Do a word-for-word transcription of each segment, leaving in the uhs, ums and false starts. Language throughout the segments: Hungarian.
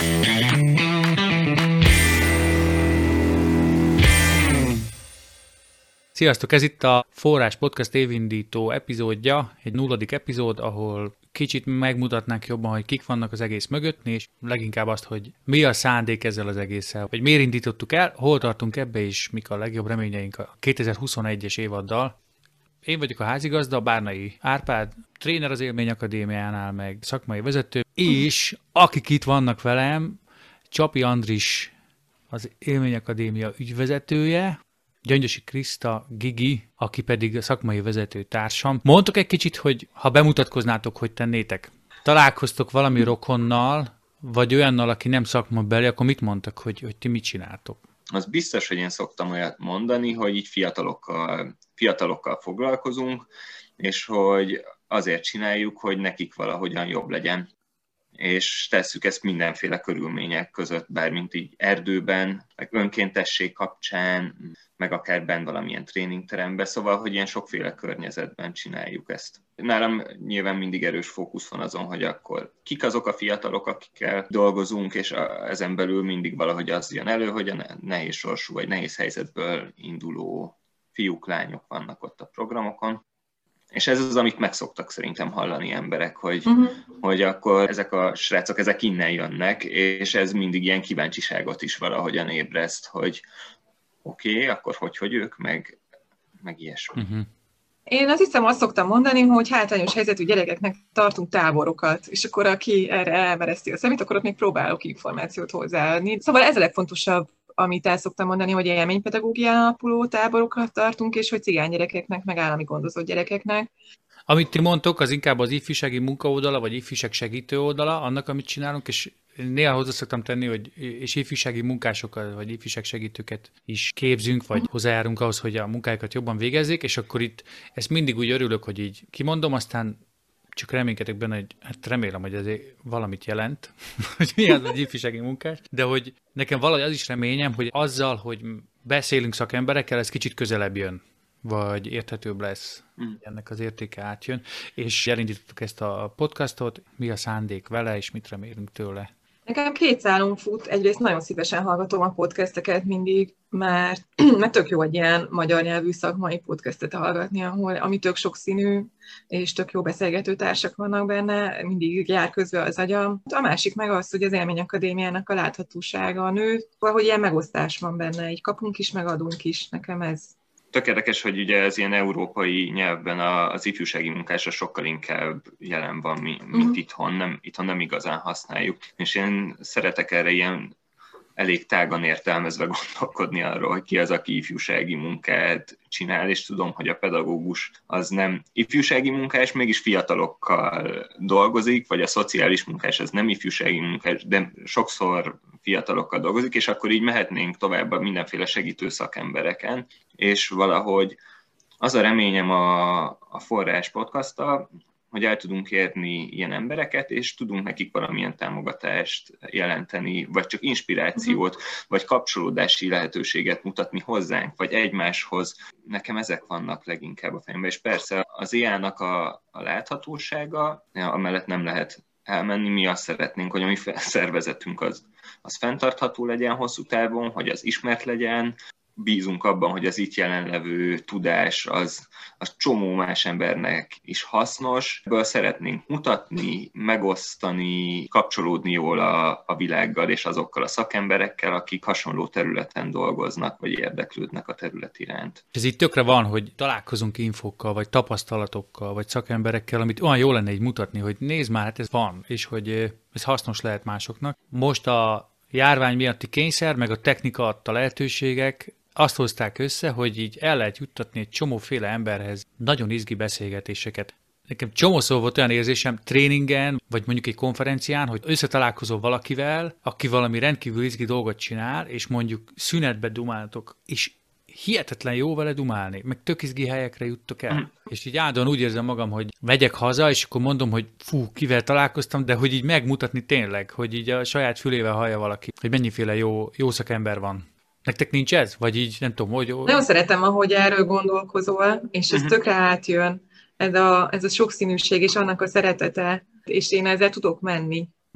Sziasztok! Ez itt a Forrás Podcast évindító epizódja, egy nulladik epizód, ahol kicsit megmutatnánk jobban, hogy kik vannak az egész mögött, és leginkább azt, hogy mi a szándék ezzel az egésszel, hogy miért indítottuk el, hol tartunk ebbe, és mik a legjobb reményeink a kétezer-huszonegyes évaddal. Én vagyok a házigazda, Bárnai Árpád, tréner az Élmény Akadémiánál, meg szakmai vezető, és akik itt vannak velem, Csapi Andris, az Élmény Akadémia ügyvezetője, Gyöngyösi Kriszta Gigi, aki pedig a szakmai vezető társam. Mondtok egy kicsit, hogy ha bemutatkoznátok, hogy tennétek. Találkoztok valami rokonnal, vagy olyannal, aki nem szakmabeli, akkor mit mondtak, hogy, hogy ti mit csináltok? Az biztos, hogy én szoktam olyat mondani, hogy így fiatalokkal, fiatalokkal foglalkozunk, és hogy azért csináljuk, hogy nekik valahogyan jobb legyen. És tesszük ezt mindenféle körülmények között, bármint így erdőben, meg önkéntesség kapcsán, meg akár benn valamilyen tréningteremben, szóval, hogy ilyen sokféle környezetben csináljuk ezt. Nálam nyilván mindig erős fókusz van azon, hogy akkor kik azok a fiatalok, akikkel dolgozunk, és a, ezen belül mindig valahogy az jön elő, hogy a nehéz sorsú vagy nehéz helyzetből induló fiúk, lányok vannak ott a programokon. És ez az, amit megszoktak szerintem hallani emberek, hogy, uh-huh. hogy akkor ezek a srácok, ezek innen jönnek, és ez mindig ilyen kíváncsiságot is valahogyan ébreszt, hogy oké, okay, akkor hogy, hogy ők, meg, meg ilyesmi. Uh-huh. Én azt hiszem, azt szoktam mondani, hogy hátrányos helyzetű gyerekeknek tartunk táborokat, és akkor aki erre elmereszti a szemét, akkor ott még próbálok információt hozzáadni. Szóval ez a legfontosabb, amit el szoktam mondani, hogy élménypedagógián alapuló táborokat tartunk, és hogy cigány gyerekeknek, meg állami gondozott gyerekeknek. Amit ti mondtok, az inkább az ifjúsági munka oldala, vagy ifjúság segítő oldala, annak, amit csinálunk, és néha hozzá szoktam tenni, hogy és ifjúsági munkásokat, vagy ifjúság segítőket is képzünk, vagy hozzájárunk ahhoz, hogy a munkájukat jobban végezzék, és akkor itt ezt mindig úgy örülök, hogy így kimondom, aztán csak reménykedek benne, hogy hát remélem, hogy ez valamit jelent, hogy mi az egy ifjúsági munkás, de hogy nekem valahogy az is reményem, hogy azzal, hogy beszélünk szakemberekkel, ez kicsit közelebb jön, vagy érthetőbb lesz, mm. ennek az értéke átjön, és elindítottuk ezt a podcastot, mi a szándék vele, és mit remélünk tőle. Nekem két szálon fut, egyrészt nagyon szívesen hallgatom a podcasteket mindig, mert, mert tök jó egy ilyen magyar nyelvű szakmai podcastet hallgatni, ahol, ami tök sokszínű, és tök jó beszélgető társak vannak benne, mindig jár közbe az agyam. A másik meg az, hogy az Élmény Akadémiának a láthatósága nő, hogy ilyen megosztás van benne, így kapunk is, meg adunk is, nekem ez. Tök érdekes, hogy ugye ez ilyen európai nyelvben az ifjúsági munkásra sokkal inkább jelen van, mint uh-huh. itthon. Nem, itthon nem igazán használjuk. És én szeretek erre ilyen elég tágan értelmezve gondolkodni arról, hogy ki az, aki ifjúsági munkát csinál, és tudom, hogy a pedagógus az nem ifjúsági munkás, mégis fiatalokkal dolgozik, vagy a szociális munkás az nem ifjúsági munkás, de sokszor fiatalokkal dolgozik, és akkor így mehetnénk tovább a mindenféle segítő szakembereken, és valahogy az a reményem a, a Forrás podcasttal, hogy el tudunk érni ilyen embereket, és tudunk nekik valamilyen támogatást jelenteni, vagy csak inspirációt, uh-huh. vagy kapcsolódási lehetőséget mutatni hozzánk, vagy egymáshoz. Nekem ezek vannak leginkább a fejemben, és persze az é á-nak a, a láthatósága, amellett nem lehet elmenni, mi azt szeretnénk, hogy a mi szervezetünk az, az fenntartható legyen hosszú távon, hogy az ismert legyen, bízunk abban, hogy az itt jelenlevő tudás az, az csomó más embernek is hasznos. Ebből szeretnénk mutatni, megosztani, kapcsolódni jól a, a világgal és azokkal a szakemberekkel, akik hasonló területen dolgoznak, vagy érdeklődnek a terület iránt. Ez itt tökre van, hogy találkozunk infokkal, vagy tapasztalatokkal, vagy szakemberekkel, amit olyan jó lenne így mutatni, hogy nézd már, hát ez van, és hogy ez hasznos lehet másoknak. Most a járvány miatti kényszer, meg a technika adta lehetőségek azt hozták össze, hogy így el lehet juttatni egy csomóféle emberhez nagyon izgi beszélgetéseket. Nekem csomószor volt olyan érzésem tréningen, vagy mondjuk egy konferencián, hogy összetalálkozol valakivel, aki valami rendkívül izgi dolgot csinál, és mondjuk szünetbe dumáltok, és hihetetlen jó vele dumálni, meg tök izgi helyekre juttok el. Mm. És így állandóan úgy érzem magam, hogy megyek haza, és akkor mondom, hogy fú, kivel találkoztam, de hogy így megmutatni tényleg, hogy így a saját fülével hallja valaki, hogy mennyiféle jó, jó szakember van. Nektek nincs ez? Vagy így nem tudom, hogy... Nagyon szeretem, ahogy erről gondolkozol, és ez tökre átjön, ez a, ez a sokszínűség és annak a szeretete, és én ezzel tudok menni.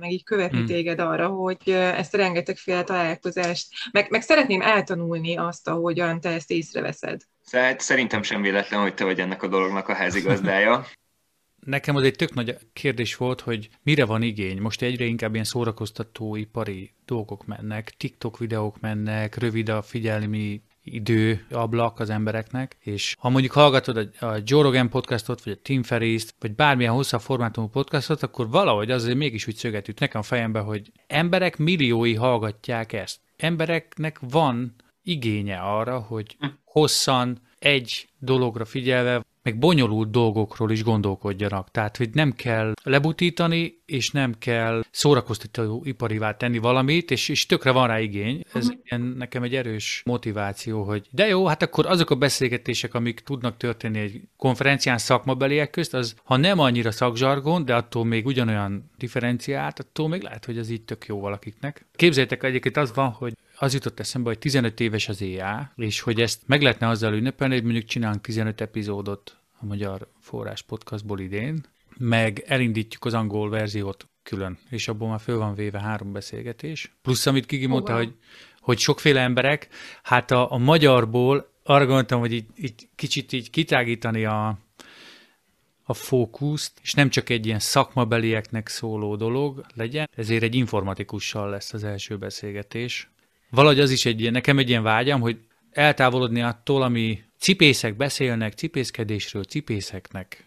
meg így követni Hmm. téged arra, hogy ezt a rengetegféle találkozást, meg, meg szeretném eltanulni azt, ahogyan te ezt észreveszed. Szerintem sem véletlen, hogy te vagy ennek a dolognak a házigazdája. Nekem az egy tök nagy kérdés volt, hogy mire van igény. Most egyre inkább ilyen szórakoztató ipari dolgok mennek, TikTok videók mennek, rövid a figyelmi idő ablak az embereknek, és ha mondjuk hallgatod a, a Joe Rogan podcastot, vagy a Tim Ferriss-t, vagy bármilyen hosszabb formátumú podcastot, akkor valahogy azért mégis úgy szöget üt nekem a fejembe, hogy emberek milliói hallgatják ezt. Embereknek van igénye arra, hogy hosszan egy dologra figyelve, meg bonyolult dolgokról is gondolkodjanak. Tehát, hogy nem kell lebutítani, és nem kell szórakoztató iparivá tenni valamit, és, és tökre van rá igény. Ez uh-huh. ilyen, nekem egy erős motiváció, hogy de jó, hát akkor azok a beszélgetések, amik tudnak történni egy konferencián szakmabeliek közt, az ha nem annyira szakzsargon, de attól még ugyanolyan differenciált, attól még lehet, hogy az így tök jó valakiknek. Képzeljétek, egyébként az van, hogy az jutott eszembe, hogy tizenöt éves az é á, és hogy ezt meg lehetne azzal ünnepelni, hogy mondjuk csinálunk tizenöt epizódot a Magyar Forrás Podcastból idén, meg elindítjuk az angol verziót külön, és abból már föl van véve három beszélgetés. Plusz, amit Gigi mondta, hogy, hogy sokféle emberek, hát a, a magyarból arra gondoltam, hogy így, így kicsit így kitágítani a, a fókuszt, és nem csak egy ilyen szakmabelieknek szóló dolog legyen, ezért egy informatikussal lesz az első beszélgetés. Valahogy az is egy ilyen, nekem egy ilyen vágyam, hogy eltávolodni attól, ami cipészek beszélnek, cipészkedésről cipészeknek.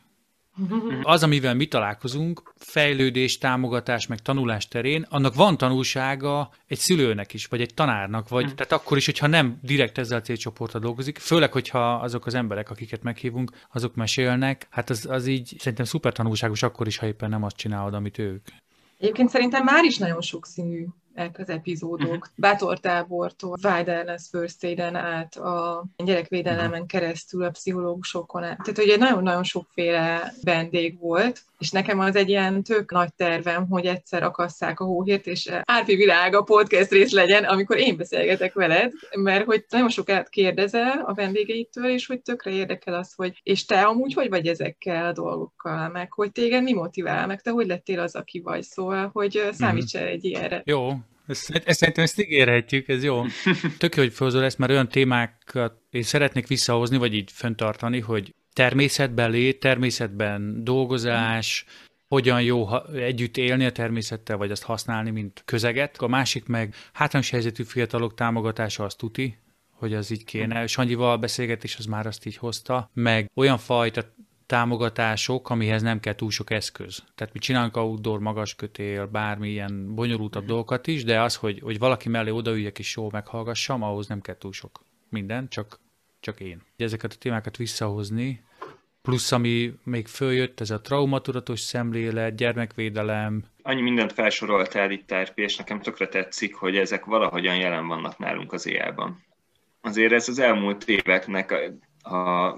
Az, amivel mi találkozunk, fejlődés, támogatás, meg tanulás terén, annak van tanulsága egy szülőnek is, vagy egy tanárnak, vagy tehát akkor is, hogyha nem direkt ezzel a célcsoporttal dolgozik, főleg, hogyha azok az emberek, akiket meghívunk, azok mesélnek, hát az, az így szerintem szuper tanulságos akkor is, ha éppen nem azt csinálod, amit ők. Egyébként szerintem már is nagyon sokszínű az epizódok. Uh-huh. Bátortábortól, Wilderness First Aid-en át, a gyerekvédelemen uh-huh. keresztül, a pszichológusokon át. Tehát ugye nagyon-nagyon sokféle vendég volt, és nekem az egy ilyen tök nagy tervem, hogy egyszer akasszák a hóhért, és Árpi Világa podcast rész legyen, amikor én beszélgetek veled, mert hogy nagyon sokat kérdezel a vendégeitől, és hogy tökre érdekel az, hogy és te amúgy hogy vagy ezekkel a dolgokkal, meg hogy téged mi motivál, meg te hogy lettél az, aki vagy, szóval, hogy számíts el egy ilyenre. Jó. Ezt, ezt szerintem ezt ígérhetjük, ez jó. Tök jó, hogy felhozol ezt, mert olyan témákat én szeretnék visszahozni, vagy így fenntartani, hogy természetben lét, természetben dolgozás, hogyan jó együtt élni a természettel, vagy azt használni, mint közeget. A másik meg hátrányos helyzetű fiatalok támogatása, azt tuti, hogy az így kéne. Sannyival beszélgetés az már azt így hozta, meg olyan fajta támogatások, amihez nem kell túl sok eszköz. Tehát mi csinálunk outdoor, magaskötél, bármilyen bonyolultabb dolgokat is, de az, hogy, hogy valaki mellé odaüljek és jól meghallgassam, ahhoz nem kell túl sok minden, csak, csak én. Ezeket a témákat visszahozni, plusz ami még följött, ez a traumatudatos szemlélet, gyermekvédelem. Annyi mindent felsoroltál itt, Árpi, és nekem tökre tetszik, hogy ezek valahogyan jelen vannak nálunk az é á-ban. Azért ez az elmúlt éveknek a, a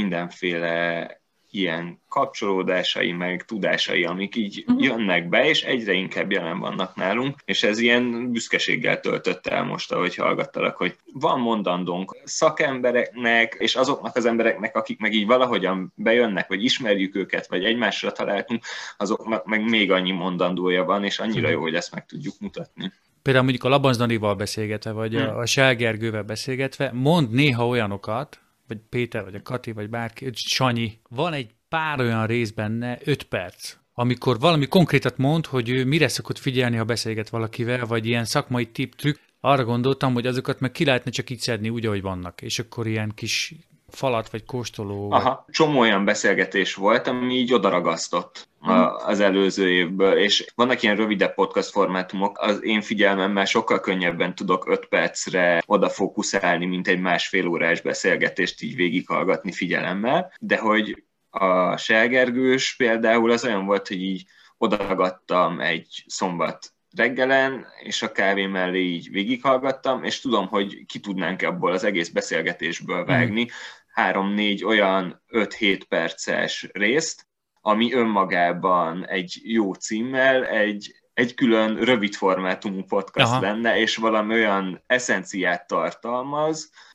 mindenféle ilyen kapcsolódásai, meg tudásai, amik így uh-huh. jönnek be, és egyre inkább jelen vannak nálunk, és ez ilyen büszkeséggel töltött el most, ahogy hallgattalak, hogy van mondandónk szakembereknek, és azoknak az embereknek, akik meg így valahogyan bejönnek, vagy ismerjük őket, vagy egymásra találtunk, azoknak meg még annyi mondandója van, és annyira jó, hogy ezt meg tudjuk mutatni. Például mondjuk a Labanc Danival beszélgetve, vagy hmm. a Sel Gergővel beszélgetve, mond néha olyanokat, vagy Péter, vagy a Kati, vagy bárki, Sanyi, van egy pár olyan rész benne, öt perc, amikor valami konkrétat mond, hogy ő mire szokott figyelni, ha beszélget valakivel, vagy ilyen szakmai tipp, trükk. Arra gondoltam, hogy azokat meg ki lehetne csak így szedni úgy, ahogy vannak, és akkor ilyen kis falat, vagy kóstoló. Aha, vagy... csomó olyan beszélgetés volt, ami így odaragasztott az előző évből, és vannak ilyen rövidebb podcast formátumok, az én figyelmemmel sokkal könnyebben tudok öt percre odafókuszálni, mint egy másfél órás beszélgetést így végighallgatni figyelemmel, de hogy a Sel Gergős például az olyan volt, hogy így odaragadtam egy szombat reggelen, és a kávé mellé így végighallgattam, és tudom, hogy ki tudnánk abból az egész beszélgetésből vágni mm. három-négy olyan öt-hét perces részt, ami önmagában egy jó címmel, egy, egy külön rövid formátumú podcast Aha. lenne, és valami olyan eszenciát tartalmaz,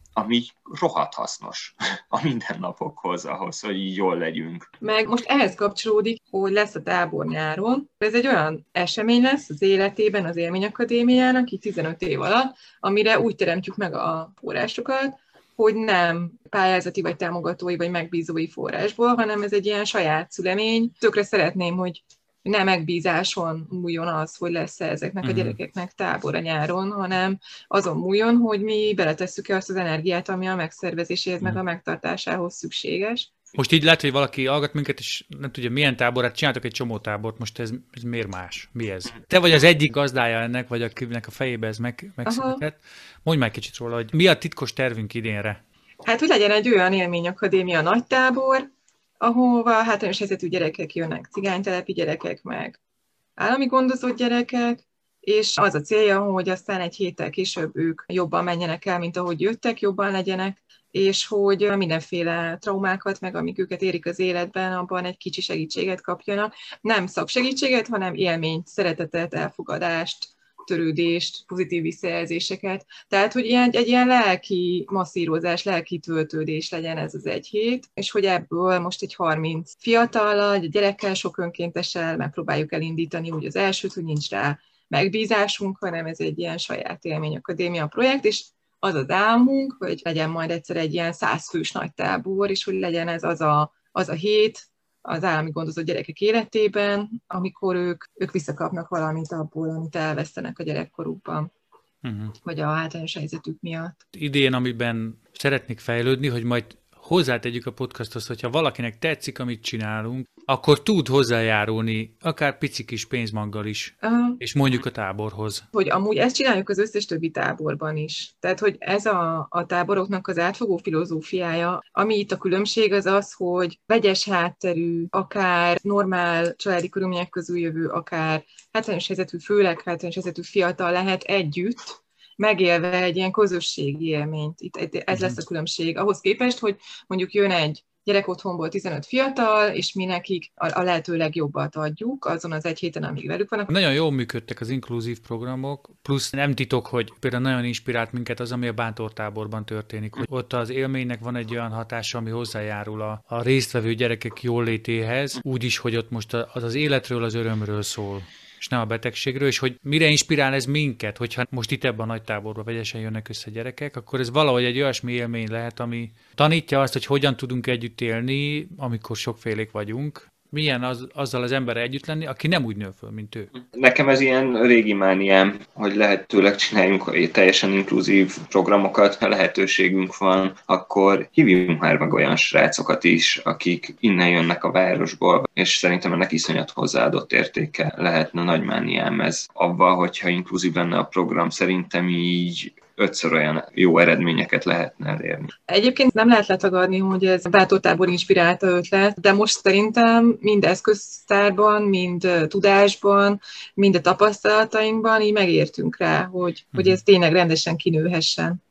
ami rohadt hasznos a mindennapokhoz, ahhoz, hogy így jól legyünk. Meg most ehhez kapcsolódik, hogy lesz a tábor nyáron. Ez egy olyan esemény lesz az életében az Élményakadémiának, így tizenöt év alatt, amire úgy teremtjük meg a forrásokat, hogy nem pályázati, vagy támogatói, vagy megbízói forrásból, hanem ez egy ilyen saját szülemény. Tökre szeretném, hogy nem megbízáson múljon az, hogy lesz-e ezeknek a gyerekeknek tábora nyáron, hanem azon múljon, hogy mi beletesszük-e azt az energiát, ami a megszervezéséhez, meg a megtartásához szükséges. Most így lehet, hogy valaki hallgat minket, és nem tudja, milyen táborát, csináltok egy csomó tábort, most ez, ez miért más? Mi ez? Te vagy az egyik gazdája ennek, vagy akinek a fejébe ez meg, megszületett. Mondj már kicsit róla, hogy mi a titkos tervünk idénre? Hát, hogy legyen egy olyan Élményakadémia nagy tábor, ahova hátrányos helyzetű gyerekek jönnek, cigánytelepi gyerekek, meg állami gondozott gyerekek, és az a célja, hogy aztán egy héttel később ők jobban menjenek el, mint ahogy jöttek, jobban legyenek, és hogy mindenféle traumákat, meg amik őket érik az életben, abban egy kicsi segítséget kapjanak. Nem szaksegítséget, hanem élményt, szeretetet, elfogadást, törődést, pozitív visszajelzéseket. Tehát, hogy ilyen, egy ilyen lelki masszírozás, lelki töltődés legyen ez az egy hét, és hogy ebből most egy harminc fiatallal, egy gyerekkel, sok önkéntessel megpróbáljuk elindítani úgy az elsőt, hogy nincs rá megbízásunk, hanem ez egy ilyen saját Élményakadémia projekt, és az az álmunk, hogy legyen majd egyszer egy ilyen százfős nagy tábor, és hogy legyen ez az a, az a hét az állami gondozott gyerekek életében, amikor ők, ők visszakapnak valamit abból, amit elvesztenek a gyerekkorukban, uh-huh. vagy a hátrányos helyzetük miatt. Idén, amiben szeretnék fejlődni, hogy majd hozzátegyük a podcasthoz, hogyha valakinek tetszik, amit csinálunk, akkor tud hozzájárulni, akár pici kis pénzmaggal is, uh-huh. és mondjuk a táborhoz. Hogy amúgy ezt csináljuk az összes többi táborban is. Tehát, hogy ez a, a táboroknak az átfogó filozófiája, ami itt a különbség az az, hogy vegyes hátterű, akár normál családi körülmények közül jövő, akár hátrányos helyzetű, főleg hátrányos helyzetű fiatal lehet együtt, megélve egy ilyen közösségi élményt. Itt ez lesz a különbség. Ahhoz képest, hogy mondjuk jön egy gyerek otthonból tizenöt fiatal, és mi nekik a lehető legjobbat adjuk azon az egy héten, amíg velük vannak. Nagyon jól működtek az inkluzív programok, plusz nem titok, hogy például nagyon inspirált minket az, ami a bántortáborban történik, hogy ott az élménynek van egy olyan hatása, ami hozzájárul a, a résztvevő gyerekek jólétéhez, úgyis, hogy ott most az az életről, az örömről szól, és nem a betegségről, és hogy mire inspirál ez minket, hogyha most itt ebben a nagy táborban vegyesen jönnek össze gyerekek, akkor ez valahogy egy olyasmi élmény lehet, ami tanítja azt, hogy hogyan tudunk együtt élni, amikor sokfélék vagyunk, milyen az, azzal az emberrel együtt lenni, aki nem úgy nő föl, mint ő. Nekem ez ilyen régi mániám, hogy lehetőleg csináljunk teljesen inkluzív programokat, ha lehetőségünk van, akkor hívjunk már meg olyan srácokat is, akik innen jönnek a városból, és szerintem ennek iszonyat hozzáadott értéke lehetne. Nagy mániám ez. Avval, hogyha inkluzív lenne a program, szerintem így ötször olyan jó eredményeket lehetne elérni. Egyébként nem lehet letagadni, hogy ez a bántortábor inspirálta ötlet, de most szerintem mind eszköztárban, mind tudásban, mind a tapasztalatainkban így megértünk rá, hogy, hogy ez tényleg rendesen kinőhessen.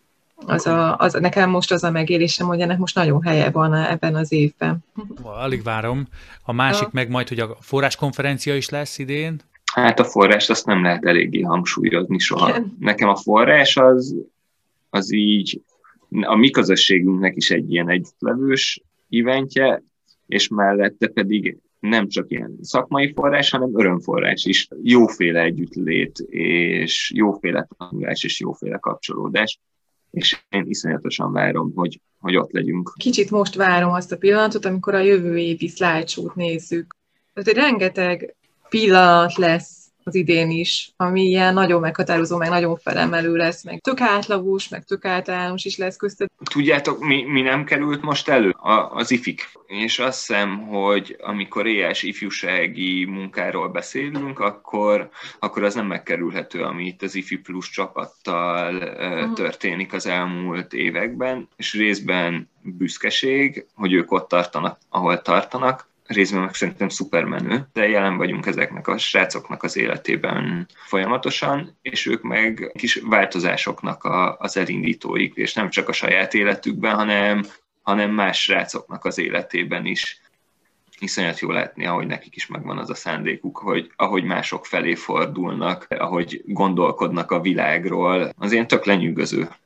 Az a, az, nekem most az a megélésem, hogy ennek most nagyon helye van ebben az évben. Alig várom. A másik ja. meg majd, hogy a forráskonferencia is lesz idén. Hát a forrást azt nem lehet eléggé hangsúlyozni soha. Igen. Nekem a forrás az, az így a mi közösségünknek is egy ilyen együttlevős eventje, és mellette pedig nem csak ilyen szakmai forrás, hanem örömforrás is. Jóféle együttlét, és jóféle tanulás, és jóféle kapcsolódás. És én iszonyatosan várom, hogy, hogy ott legyünk. Kicsit most várom azt a pillanatot, amikor a jövő évi slideshow-t nézzük. Tehát, hogy rengeteg pillanat lesz az idén is, ami ilyen nagyon meghatározó, meg nagyon felemelő lesz, meg tök átlagos, meg tök általános is lesz köztet. Tudjátok, mi, mi nem került most elő? A, az ifik. És azt hiszem, hogy amikor éhes ifjúsági munkáról beszélünk, akkor, akkor az nem megkerülhető, ami itt az ifi plusz csapattal uh, történik az elmúlt években, és részben büszkeség, hogy ők ott tartanak, ahol tartanak, részben meg szerintem szupermenő, de jelen vagyunk ezeknek a srácoknak az életében folyamatosan, és ők meg kis változásoknak a, az elindítóik, és nem csak a saját életükben, hanem, hanem más srácoknak az életében is. Iszonyat jó látni, ahogy nekik is megvan az a szándékuk, hogy ahogy mások felé fordulnak, ahogy gondolkodnak a világról, az ilyen tök lenyűgöző.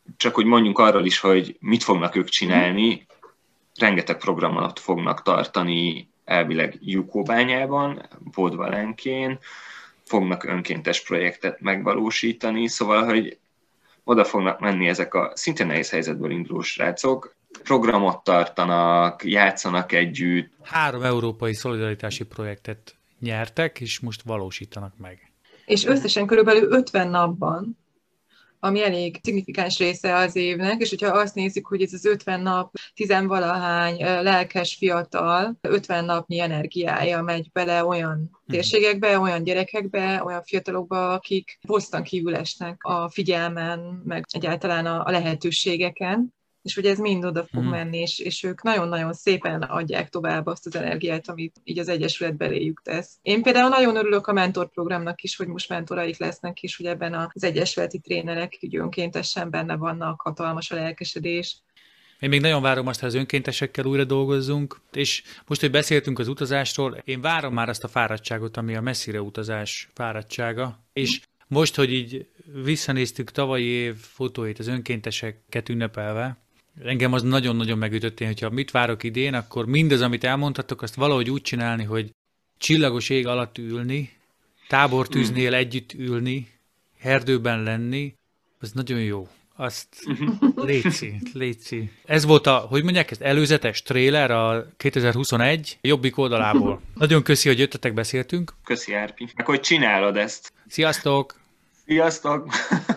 csak hogy mondjunk arról is, hogy mit fognak ők csinálni, rengeteg programot fognak tartani elvileg Jukóbányában, Bodvalenkén, fognak önkéntes projektet megvalósítani, szóval, hogy oda fognak menni ezek a szintén nehéz helyzetből induló srácok, programot tartanak, játszanak együtt. Három európai szolidaritási projektet nyertek, és most valósítanak meg. És összesen körülbelül ötven napban, ami elég szignifikáns része az évnek, és hogyha azt nézzük, hogy ez az ötven nap, tizenvalahány lelkes fiatal, ötven napnyi energiája megy bele olyan térségekbe, olyan gyerekekbe, olyan fiatalokba, akik hosszan kívül esnek a figyelmen, meg egyáltalán a lehetőségeken, és hogy ez mind oda fog menni, és, és ők nagyon-nagyon szépen adják tovább azt az energiát, amit így az Egyesület beléjük tesz. Én például nagyon örülök a mentorprogramnak is, hogy most mentoraik lesznek, és hogy ebben az egyesületi trénerek így önkéntesen benne vannak, hatalmas a lelkesedés. Én még nagyon várom azt, hogy az önkéntesekkel újra dolgozzunk, és most, hogy beszéltünk az utazásról, én várom már azt a fáradtságot, ami a messzire utazás fáradtsága, és most, hogy így visszanéztük tavalyi év fotóit az önkénteseket ünnepelve, engem az nagyon-nagyon megütött, én, hogyha mit várok idén, akkor mindaz, amit elmondhatok, azt valahogy úgy csinálni, hogy csillagos ég alatt ülni, tábortűznél együtt ülni, erdőben lenni, az nagyon jó. Azt léci, léci. Ez volt a, hogy mondják, ez előzetes tréler a kétezer-huszonegy jobbik oldalából. Nagyon köszi, hogy jöttetek, beszéltünk. Köszi, Árpi. Meg hogy csinálod ezt. Sziasztok! Sziasztok!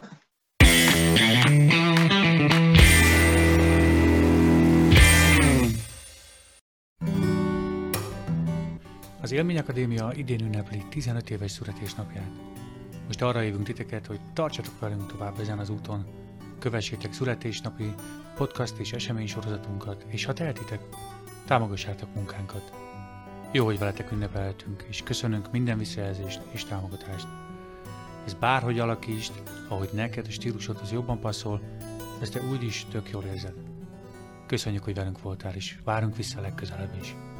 Az Élményakadémia idén ünnepli tizenöt éves születésnapját. Most arra hívunk titeket, hogy tartsatok velünk tovább ezen az úton, kövessétek születésnapi, podcast és esemény sorozatunkat, és ha tehetitek, támogassátok munkánkat. Jó, hogy veletek ünnepelhetünk, és köszönünk minden visszajelzést és támogatást. Ez bárhogy alakítsd, ahogy neked a stílusodhoz jobban passzol, ezt te úgyis tök jól érzed. Köszönjük, hogy velünk voltál, és várunk vissza legközelebb is.